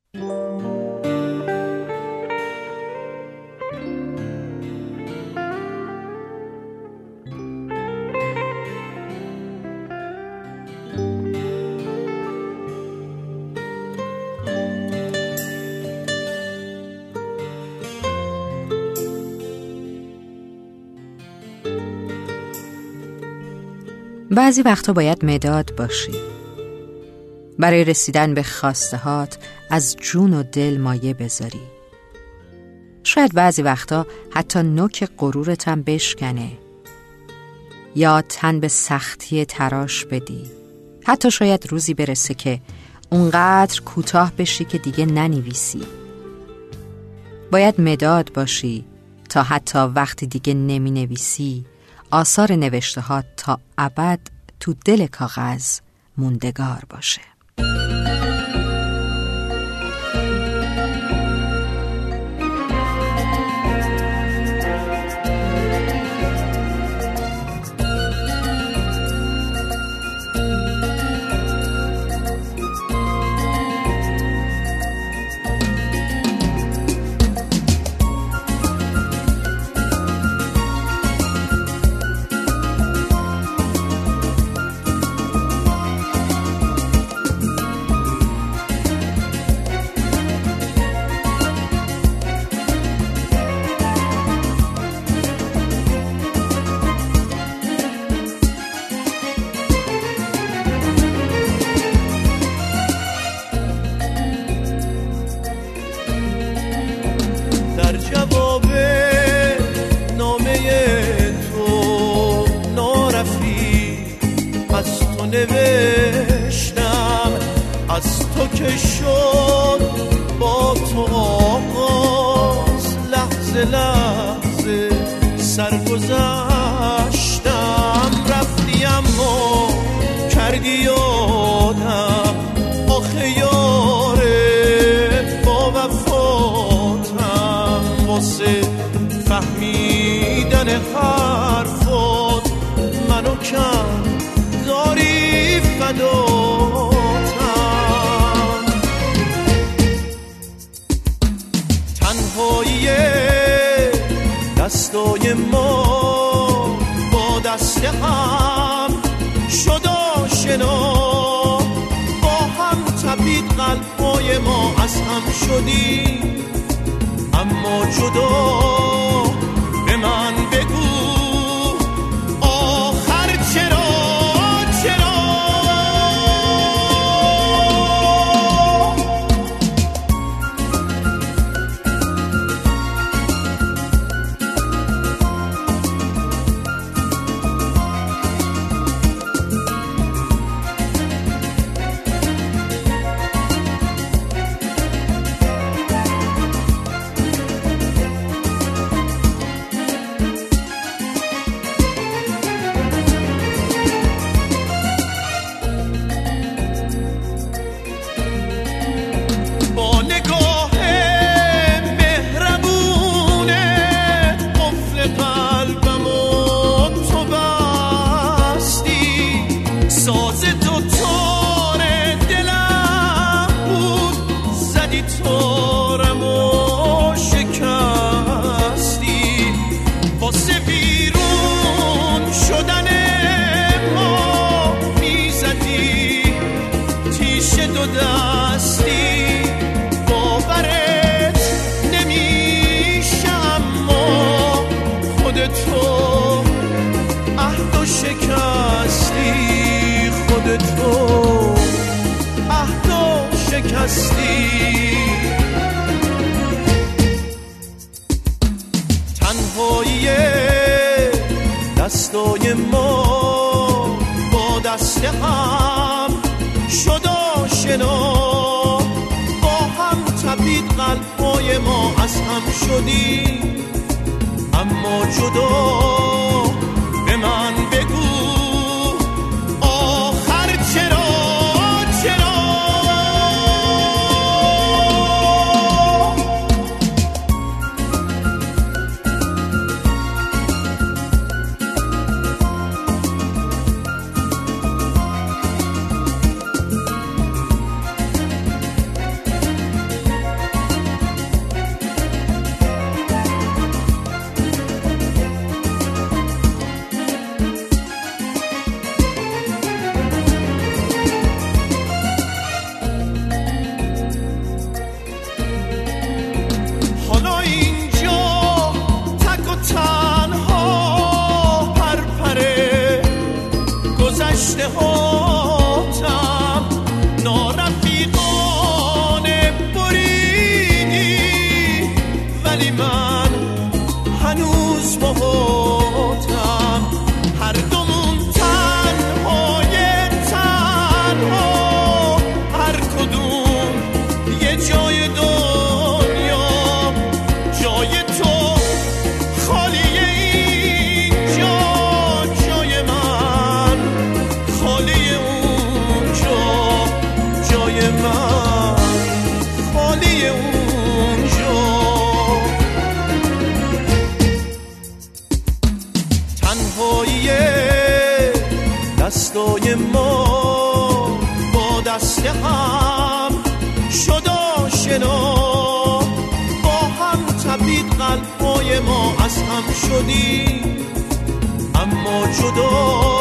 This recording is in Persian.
بعضی وقتا باید مداد باشی برای رسیدن به خواستهات، از جون و دل مایه بذاری. شاید بعضی وقتا حتی نوک غرورتم بشکنه یا تن به سختی تراش بدی. حتی شاید روزی برسه که اونقدر کوتاه بشی که دیگه ننویسی. باید مداد باشی تا حتی وقتی دیگه نمی نویسی آثار نوشته ها تا ابد تو دل کاغذ موندگار باشه. نوشتم از تو که شد با تو آغاز، لحظه لحظه سرگذشتم. رفتی اما کردی یادم، آخه یاره با وفاتم. واسه فهمیدن حرفات منو کم داری فداتم. تنهایی دستای ما با دست هم شد آشنا، با هم تپید قلب‌های ما، از هم شدیم اما جدا. به من بگو آخر چرا؟ تارمو شکستی، واسه بیرون شدن ما میزدی تیش دو دستی. باورت نمیشه اما خودتو عهدو شکستی، خودتو عهدو شکستی. تنهایی دستای ما با دست هم شد آشنا، با هم تپید قلب‌های ما، از هم شدیم اما جدا. به من بگو آخر چرا؟ های ما با دست هم شد آشنا، با هم تپید قلب‌های ما از هم شدیم اما جدا